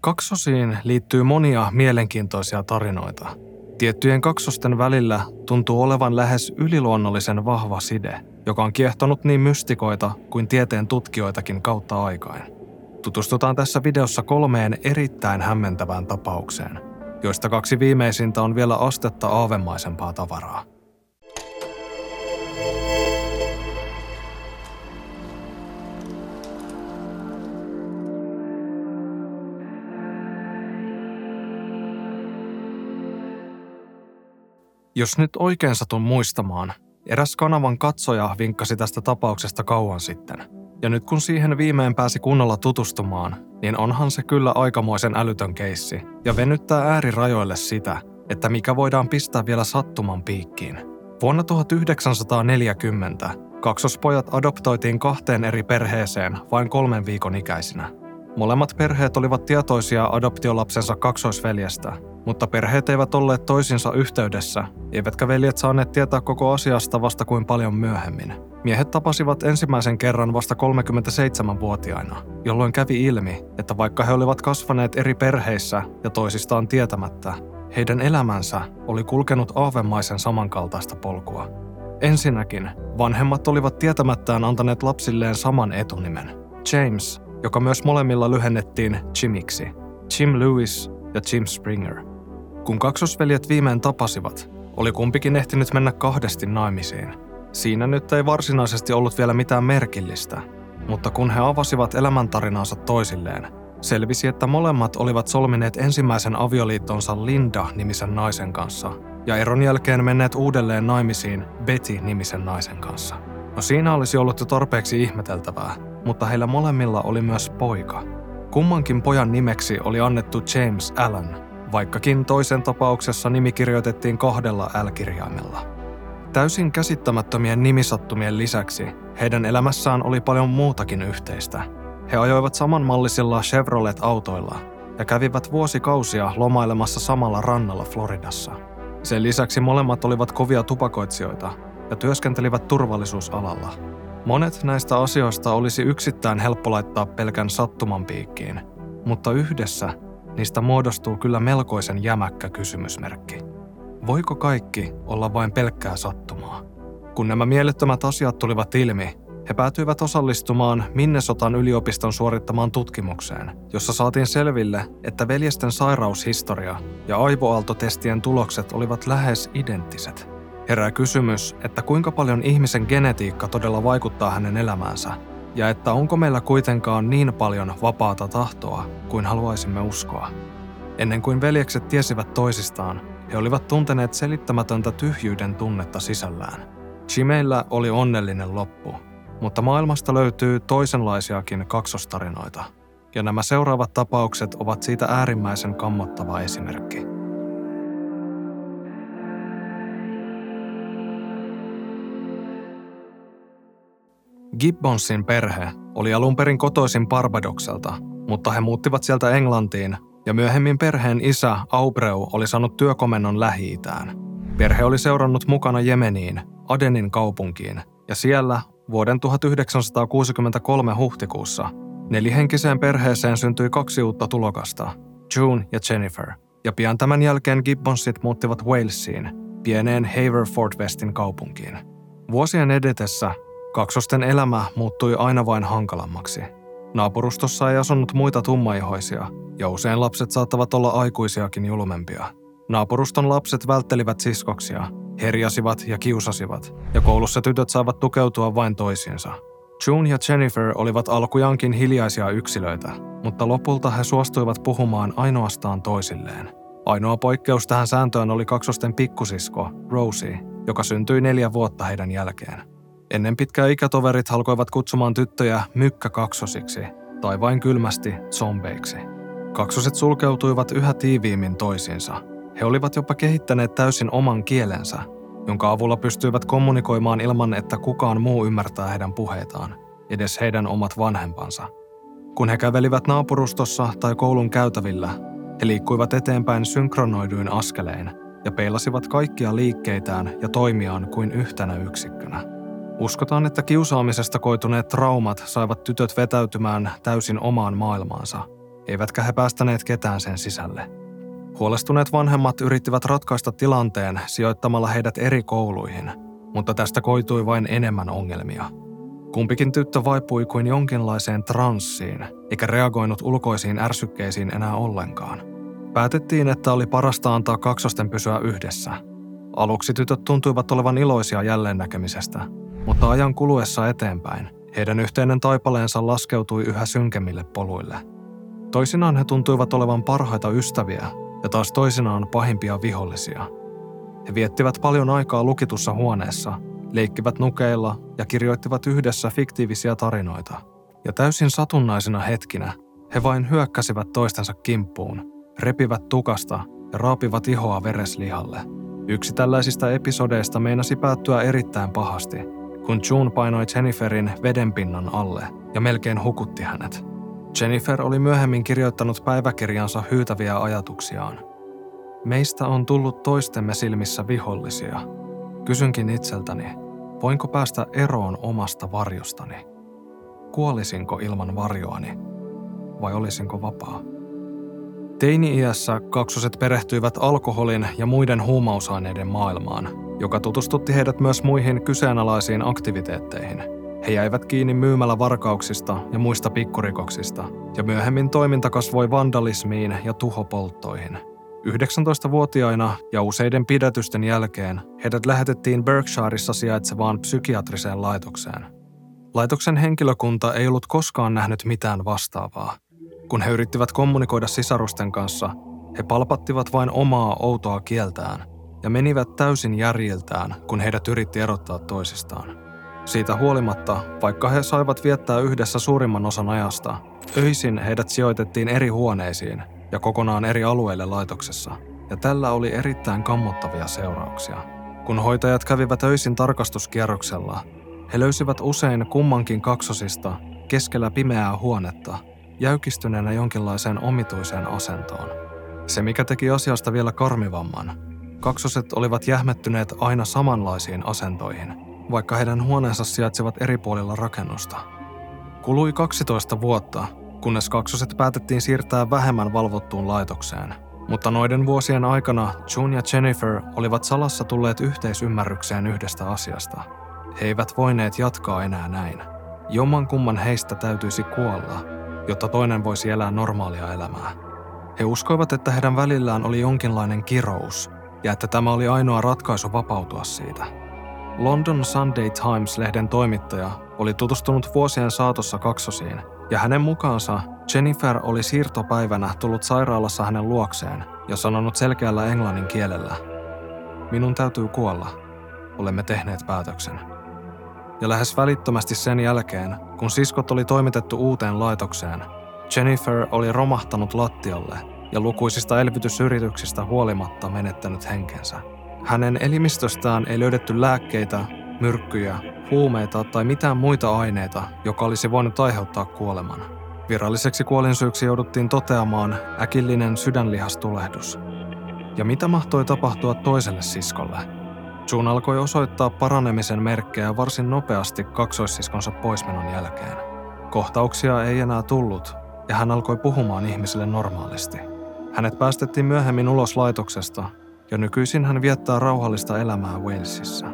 Kaksosiin liittyy monia mielenkiintoisia tarinoita. Tiettyjen kaksosten välillä tuntuu olevan lähes yliluonnollisen vahva side, joka on kiehtonut niin mystikoita kuin tieteen tutkijoitakin kautta aikain. Tutustutaan tässä videossa 3 erittäin hämmentävään tapaukseen, joista 2 viimeisintä on vielä astetta aavemaisempaa tavaraa. Jos nyt oikein satun muistamaan, eräs kanavan katsoja vinkkasi tästä tapauksesta kauan sitten. Ja nyt kun siihen viimein pääsi kunnolla tutustumaan, niin onhan se kyllä aikamoisen älytön keissi ja venyttää äärirajoille sitä, että mikä voidaan pistää vielä sattuman piikkiin. Vuonna 1940 kaksospojat adoptoitiin 2 eri perheeseen vain 3 viikon ikäisinä. Molemmat perheet olivat tietoisia adoptiolapsensa kaksoisveljestä, mutta perheet eivät olleet toisinsa yhteydessä, eivätkä veljet saaneet tietää koko asiasta vasta kuin paljon myöhemmin. Miehet tapasivat ensimmäisen kerran vasta 37-vuotiaina, jolloin kävi ilmi, että vaikka he olivat kasvaneet eri perheissä ja toisistaan tietämättä, heidän elämänsä oli kulkenut aavemaisen samankaltaista polkua. Ensinnäkin, vanhemmat olivat tietämättään antaneet lapsilleen saman etunimen, James, joka myös molemmilla lyhennettiin Jimiksi, Jim Lewis ja Jim Springer. Kun kaksosveljet viimein tapasivat, oli kumpikin ehtinyt mennä 2 naimisiin. Siinä nyt ei varsinaisesti ollut vielä mitään merkillistä, mutta kun he avasivat elämäntarinaansa toisilleen, selvisi, että molemmat olivat solmineet ensimmäisen avioliittonsa Linda-nimisen naisen kanssa ja eron jälkeen menneet uudelleen naimisiin Betty-nimisen naisen kanssa. No siinä olisi ollut jo tarpeeksi ihmeteltävää, mutta heillä molemmilla oli myös poika. Kummankin pojan nimeksi oli annettu James Allen, vaikkakin toisen tapauksessa nimi kirjoitettiin 2 L-kirjaimella. Täysin käsittämättömien nimisattumien lisäksi heidän elämässään oli paljon muutakin yhteistä. He ajoivat samanmallisilla Chevrolet-autoilla ja kävivät vuosikausia lomailemassa samalla rannalla Floridassa. Sen lisäksi molemmat olivat kovia tupakoitsijoita ja työskentelivät turvallisuusalalla. Monet näistä asioista olisi yksittäin helppo laittaa pelkän sattuman piikkiin, mutta yhdessä niistä muodostuu kyllä melkoisen jämäkkä kysymysmerkki. Voiko kaikki olla vain pelkkää sattumaa? Kun nämä mielettömät asiat tulivat ilmi, he päätyivät osallistumaan Minnesotan yliopiston suorittamaan tutkimukseen, jossa saatiin selville, että veljesten sairaushistoria ja aivoaaltotestien tulokset olivat lähes identtiset. Herää kysymys, että kuinka paljon ihmisen genetiikka todella vaikuttaa hänen elämäänsä, ja että onko meillä kuitenkaan niin paljon vapaata tahtoa kuin haluaisimme uskoa. Ennen kuin veljekset tiesivät toisistaan, he olivat tunteneet selittämätöntä tyhjyyden tunnetta sisällään. Jimillä oli onnellinen loppu, mutta maailmasta löytyy toisenlaisiakin kaksostarinoita, ja nämä seuraavat tapaukset ovat siitä äärimmäisen kammottava esimerkki. Gibbonsin perhe oli alun perin kotoisin Barbadokselta, mutta he muuttivat sieltä Englantiin ja myöhemmin perheen isä Aubreu oli saanut työkomennon Lähi-itään. Perhe oli seurannut mukana Jemeniin, Adenin kaupunkiin ja siellä vuoden 1963 huhtikuussa 4-henkiseen perheeseen syntyi 2 uutta tulokasta, June ja Jennifer, ja pian tämän jälkeen Gibbonsit muuttivat Walesiin, pieneen Haverfordwestin kaupunkiin. Vuosien edetessä kaksosten elämä muuttui aina vain hankalammaksi. Naapurustossa ei asunut muita tummaihoisia, ja usein lapset saattavat olla aikuisiakin julmempia. Naapuruston lapset välttelivät siskoksia, herjasivat ja kiusasivat, ja koulussa tytöt saivat tukeutua vain toisiinsa. June ja Jennifer olivat alkujaankin hiljaisia yksilöitä, mutta lopulta he suostuivat puhumaan ainoastaan toisilleen. Ainoa poikkeus tähän sääntöön oli kaksosten pikkusisko, Rosie, joka syntyi 4 vuotta heidän jälkeen. Ennen pitkää ikätoverit alkoivat kutsumaan tyttöjä mykkäkaksosiksi tai vain kylmästi zombeiksi. Kaksoset sulkeutuivat yhä tiiviimmin toisiinsa. He olivat jopa kehittäneet täysin oman kielensä, jonka avulla pystyivät kommunikoimaan ilman, että kukaan muu ymmärtää heidän puheitaan, edes heidän omat vanhempansa. Kun he kävelivät naapurustossa tai koulun käytävillä, he liikkuivat eteenpäin synkronoiduin askelein ja peilasivat kaikkia liikkeitään ja toimiaan kuin yhtenä yksikkönä. Uskotaan, että kiusaamisesta koituneet traumat saivat tytöt vetäytymään täysin omaan maailmaansa, eivätkä he päästäneet ketään sen sisälle. Huolestuneet vanhemmat yrittivät ratkaista tilanteen sijoittamalla heidät eri kouluihin, mutta tästä koitui vain enemmän ongelmia. Kumpikin tyttö vaipui kuin jonkinlaiseen transsiin, eikä reagoinut ulkoisiin ärsykkeisiin enää ollenkaan. Päätettiin, että oli parasta antaa kaksosten pysyä yhdessä. Aluksi tytöt tuntuivat olevan iloisia jälleen näkemisestä, mutta ajan kuluessa eteenpäin heidän yhteinen taipaleensa laskeutui yhä synkemmille poluille. Toisinaan he tuntuivat olevan parhaita ystäviä ja taas toisinaan pahimpia vihollisia. He viettivät paljon aikaa lukitussa huoneessa, leikkivät nukeilla ja kirjoittivat yhdessä fiktiivisiä tarinoita. Ja täysin satunnaisina hetkinä he vain hyökkäsivät toistensa kimppuun, repivät tukasta ja raapivat ihoa vereslihalle. Yksi tällaisista episodeista meinasi päättyä erittäin pahasti, kun June painoi Jenniferin vedenpinnan alle ja melkein hukutti hänet. Jennifer oli myöhemmin kirjoittanut päiväkirjansa hyytäviä ajatuksiaan. Meistä on tullut toistemme silmissä vihollisia. Kysynkin itseltäni, voinko päästä eroon omasta varjostani? Kuolisinko ilman varjoani? Vai olisinko vapaa? Teini-iässä kaksoset perehtyivät alkoholin ja muiden huumausaineiden maailmaan, joka tutustutti heidät myös muihin kyseenalaisiin aktiviteetteihin. He jäivät kiinni myymälävarkauksista ja muista pikkurikoksista, ja myöhemmin toiminta kasvoi vandalismiin ja tuhopolttoihin. 19-vuotiaina ja useiden pidätysten jälkeen heidät lähetettiin Berkshireissa sijaitsevaan psykiatriseen laitokseen. Laitoksen henkilökunta ei ollut koskaan nähnyt mitään vastaavaa. Kun he yrittivät kommunikoida sisarusten kanssa, he palpattivat vain omaa outoa kieltään ja menivät täysin järjiltään, kun heidät yritti erottaa toisistaan. Siitä huolimatta, vaikka he saivat viettää yhdessä suurimman osan ajasta, öisin heidät sijoitettiin eri huoneisiin ja kokonaan eri alueille laitoksessa, ja tällä oli erittäin kammottavia seurauksia. Kun hoitajat kävivät öisin tarkastuskierroksella, he löysivät usein kummankin kaksosista keskellä pimeää huonetta, jäykistyneenä jonkinlaiseen omituiseen asentoon. Se, mikä teki asiasta vielä karmivamman, kaksoset olivat jähmettyneet aina samanlaisiin asentoihin, vaikka heidän huoneensa sijaitsivat eri puolilla rakennusta. Kului 12 vuotta, kunnes kaksoset päätettiin siirtää vähemmän valvottuun laitokseen, mutta noiden vuosien aikana June ja Jennifer olivat salassa tulleet yhteisymmärrykseen yhdestä asiasta. He eivät voineet jatkaa enää näin. Jommankumman heistä täytyisi kuolla, jotta toinen voisi elää normaalia elämää. He uskoivat, että heidän välillään oli jonkinlainen kirous, ja että tämä oli ainoa ratkaisu vapautua siitä. London Sunday Times-lehden toimittaja oli tutustunut vuosien saatossa kaksosiin, ja hänen mukaansa Jennifer oli siirtopäivänä tullut sairaalassa hänen luokseen ja sanonut selkeällä englannin kielellä: "Minun täytyy kuolla. Olemme tehneet päätöksen." Ja lähes välittömästi sen jälkeen, kun siskot oli toimitettu uuteen laitokseen, Jennifer oli romahtanut lattialle ja lukuisista elvytysyrityksistä huolimatta menettänyt henkensä. Hänen elimistöstään ei löydetty lääkkeitä, myrkkyjä, huumeita tai mitään muita aineita, joka olisi voinut aiheuttaa kuoleman. Viralliseksi kuolinsyyksi jouduttiin toteamaan äkillinen sydänlihastulehdus. Ja mitä mahtoi tapahtua toiselle siskolle? June alkoi osoittaa paranemisen merkkejä varsin nopeasti kaksoissiskonsa poismenon jälkeen. Kohtauksia ei enää tullut, ja hän alkoi puhumaan ihmisille normaalisti. Hänet päästettiin myöhemmin ulos laitoksesta, ja nykyisin hän viettää rauhallista elämää Walesissa.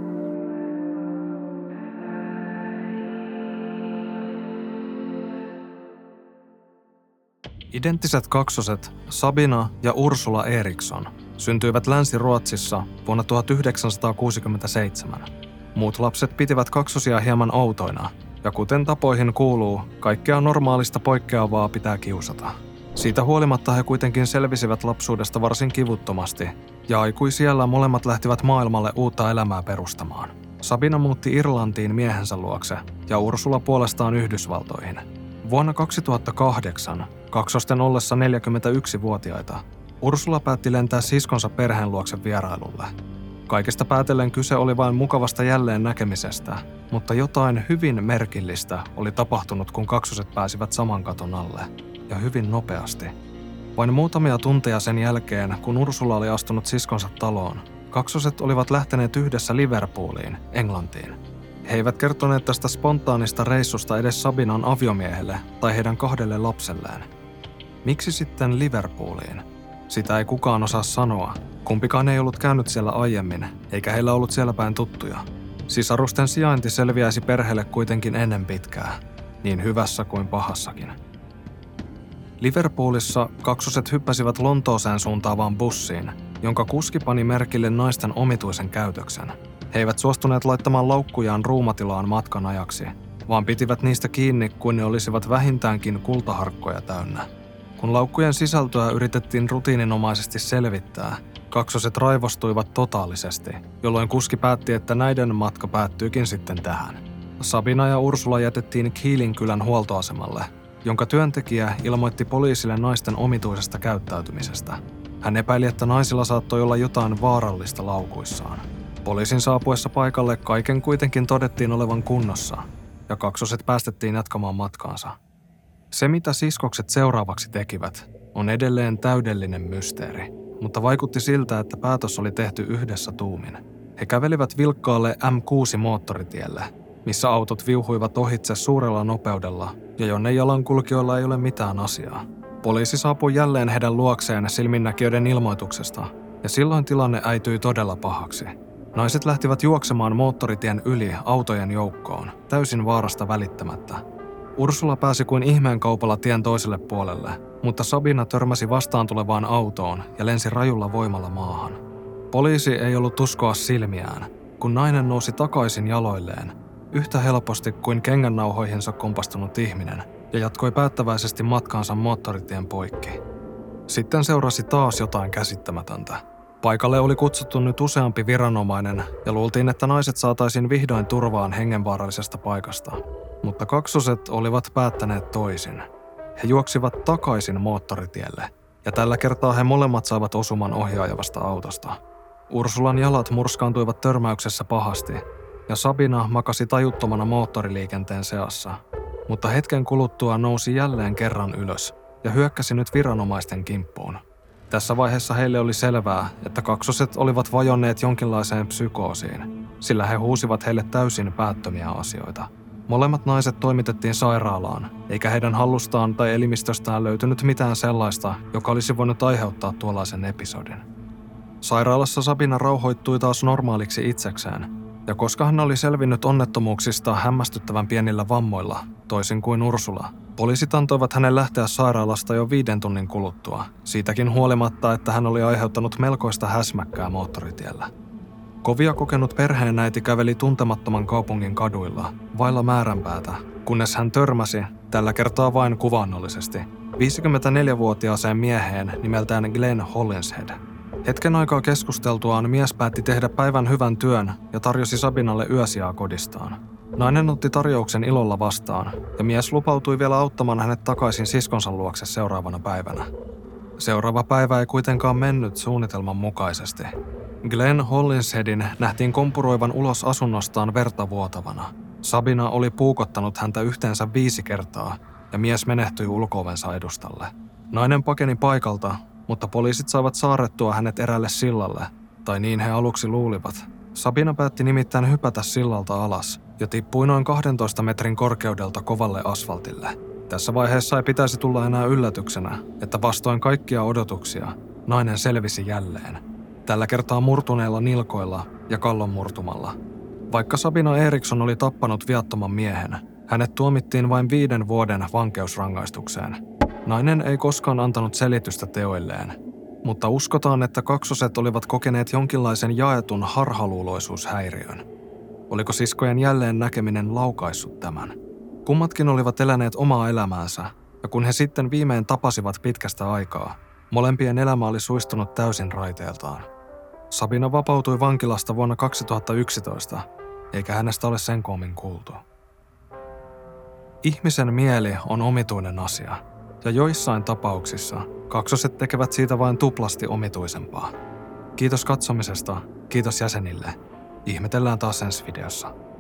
Identtiset kaksoset Sabina ja Ursula Eriksson syntyivät Länsi-Ruotsissa vuonna 1967. Muut lapset pitivät kaksosia hieman outoina, ja kuten tapoihin kuuluu, kaikkea normaalista poikkeavaa pitää kiusata. Siitä huolimatta he kuitenkin selvisivät lapsuudesta varsin kivuttomasti, ja aikuisiällä molemmat lähtivät maailmalle uutta elämää perustamaan. Sabina muutti Irlantiin miehensä luokse, ja Ursula puolestaan Yhdysvaltoihin. Vuonna 2008, kaksosten ollessa 41-vuotiaita, Ursula päätti lentää siskonsa perheen luokse vierailulle. Kaikesta päätellen kyse oli vain mukavasta jälleen näkemisestä, mutta jotain hyvin merkillistä oli tapahtunut, kun kaksoset pääsivät saman katon alle, ja hyvin nopeasti. Vain muutamia tunteja sen jälkeen, kun Ursula oli astunut siskonsa taloon, kaksoset olivat lähteneet yhdessä Liverpooliin, Englantiin. He eivät kertoneet tästä spontaanista reissusta edes Sabinan aviomiehelle tai heidän 2 lapselleen. Miksi sitten Liverpooliin? Sitä ei kukaan osaa sanoa. Kumpikaan ei ollut käynyt siellä aiemmin, eikä heillä ollut siellä päin tuttuja. Sisarusten sijainti selviäisi perheelle kuitenkin ennen pitkää, niin hyvässä kuin pahassakin. Liverpoolissa kaksoset hyppäsivät Lontooseen suuntaavaan bussiin, jonka kuski pani merkille naisten omituisen käytöksen. He eivät suostuneet laittamaan laukkujaan ruumatilaan matkan ajaksi, vaan pitivät niistä kiinni, kuin ne olisivat vähintäänkin kultaharkkoja täynnä. Kun laukkujen sisältöä yritettiin rutiininomaisesti selvittää, kaksoset raivostuivat totaalisesti, jolloin kuski päätti, että näiden matka päättyykin sitten tähän. Sabina ja Ursula jätettiin Kielin kylän huoltoasemalle, jonka työntekijä ilmoitti poliisille naisten omituisesta käyttäytymisestä. Hän epäili, että naisilla saattoi olla jotain vaarallista laukuissaan. Poliisin saapuessa paikalle kaiken kuitenkin todettiin olevan kunnossa, ja kaksoset päästettiin jatkamaan matkaansa. Se, mitä siskokset seuraavaksi tekivät, on edelleen täydellinen mysteeri, mutta vaikutti siltä, että päätös oli tehty yhdessä tuumin. He kävelivät vilkkaalle M6-moottoritielle, missä autot viuhuivat ohitse suurella nopeudella ja jonne jalankulkijoilla ei ole mitään asiaa. Poliisi saapui jälleen heidän luokseen silminnäkijöiden ilmoituksesta, ja silloin tilanne äityi todella pahaksi. Naiset lähtivät juoksemaan moottoritien yli autojen joukkoon, täysin vaarasta välittämättä. Ursula pääsi kuin ihmeen kaupalla tien toiselle puolelle, mutta Sabina törmäsi vastaan tulevaan autoon ja lensi rajulla voimalla maahan. Poliisi ei ollut uskoa silmiään, kun nainen nousi takaisin jaloilleen, yhtä helposti kuin kengännauhoihinsa kompastunut ihminen, ja jatkoi päättäväisesti matkaansa moottoritien poikki. Sitten seurasi taas jotain käsittämätöntä. Paikalle oli kutsuttu nyt useampi viranomainen ja luultiin, että naiset saataisiin vihdoin turvaan hengenvaarallisesta paikasta. Mutta kaksoset olivat päättäneet toisin. He juoksivat takaisin moottoritielle ja tällä kertaa he molemmat saivat osuman ohjaajavasta autosta. Ursulan jalat murskaantuivat törmäyksessä pahasti ja Sabina makasi tajuttomana moottoriliikenteen seassa. Mutta hetken kuluttua nousi jälleen kerran ylös ja hyökkäsi nyt viranomaisten kimppuun. Tässä vaiheessa heille oli selvää, että kaksoset olivat vajonneet jonkinlaiseen psykoosiin, sillä he huusivat heille täysin päättömiä asioita. Molemmat naiset toimitettiin sairaalaan, eikä heidän hallustaan tai elimistöstään löytynyt mitään sellaista, joka olisi voinut aiheuttaa tuollaisen episodin. Sairaalassa Sabina rauhoittui taas normaaliksi itsekseen, ja koska hän oli selvinnyt onnettomuuksista hämmästyttävän pienillä vammoilla, toisin kuin Ursula, poliisit antoivat hänen lähteä sairaalasta jo 5 tunnin kuluttua, siitäkin huolimatta, että hän oli aiheuttanut melkoista häsmäkkää moottoritiellä. Kovia kokenut perheenäiti käveli tuntemattoman kaupungin kaduilla, vailla määränpäätä, kunnes hän törmäsi, tällä kertaa vain kuvaannollisesti, 54-vuotiaaseen mieheen nimeltään Glenn Hollinshead. Hetken aikaa keskusteltuaan mies päätti tehdä päivän hyvän työn ja tarjosi Sabinalle yösijaa kodistaan. Nainen otti tarjouksen ilolla vastaan, ja mies lupautui vielä auttamaan hänet takaisin siskonsa luokse seuraavana päivänä. Seuraava päivä ei kuitenkaan mennyt suunnitelman mukaisesti. Glenn Hollinsheadin nähtiin kompuroivan ulos asunnostaan verta vuotavana. Sabina oli puukottanut häntä yhteensä 5 kertaa, ja mies menehtyi ulko-ovensa edustalle. Nainen pakeni paikalta, mutta poliisit saivat saarrettua hänet eräälle sillalle, tai niin he aluksi luulivat. Sabina päätti nimittäin hypätä sillalta alas ja tippui noin 12 metrin korkeudelta kovalle asfaltille. Tässä vaiheessa ei pitäisi tulla enää yllätyksenä, että vastoin kaikkia odotuksia nainen selvisi jälleen. Tällä kertaa murtuneilla nilkoilla ja kallon murtumalla. Vaikka Sabina Eriksson oli tappanut viattoman miehen, hänet tuomittiin vain 5 vuoden vankeusrangaistukseen. Nainen ei koskaan antanut selitystä teoilleen, mutta uskotaan, että kaksoset olivat kokeneet jonkinlaisen jaetun harhaluuloisuushäiriön. Oliko siskojen jälleen näkeminen laukaissut tämän? Kummatkin olivat eläneet omaa elämäänsä, ja kun he sitten viimein tapasivat pitkästä aikaa, molempien elämä oli suistunut täysin raiteeltaan. Sabina vapautui vankilasta vuonna 2011, eikä hänestä ole sen koommin kuultu. Ihmisen mieli on omituinen asia, ja joissain tapauksissa kaksoset tekevät siitä vain tuplasti omituisempaa. Kiitos katsomisesta, kiitos jäsenille. Ihmetellään taas ensi videossa.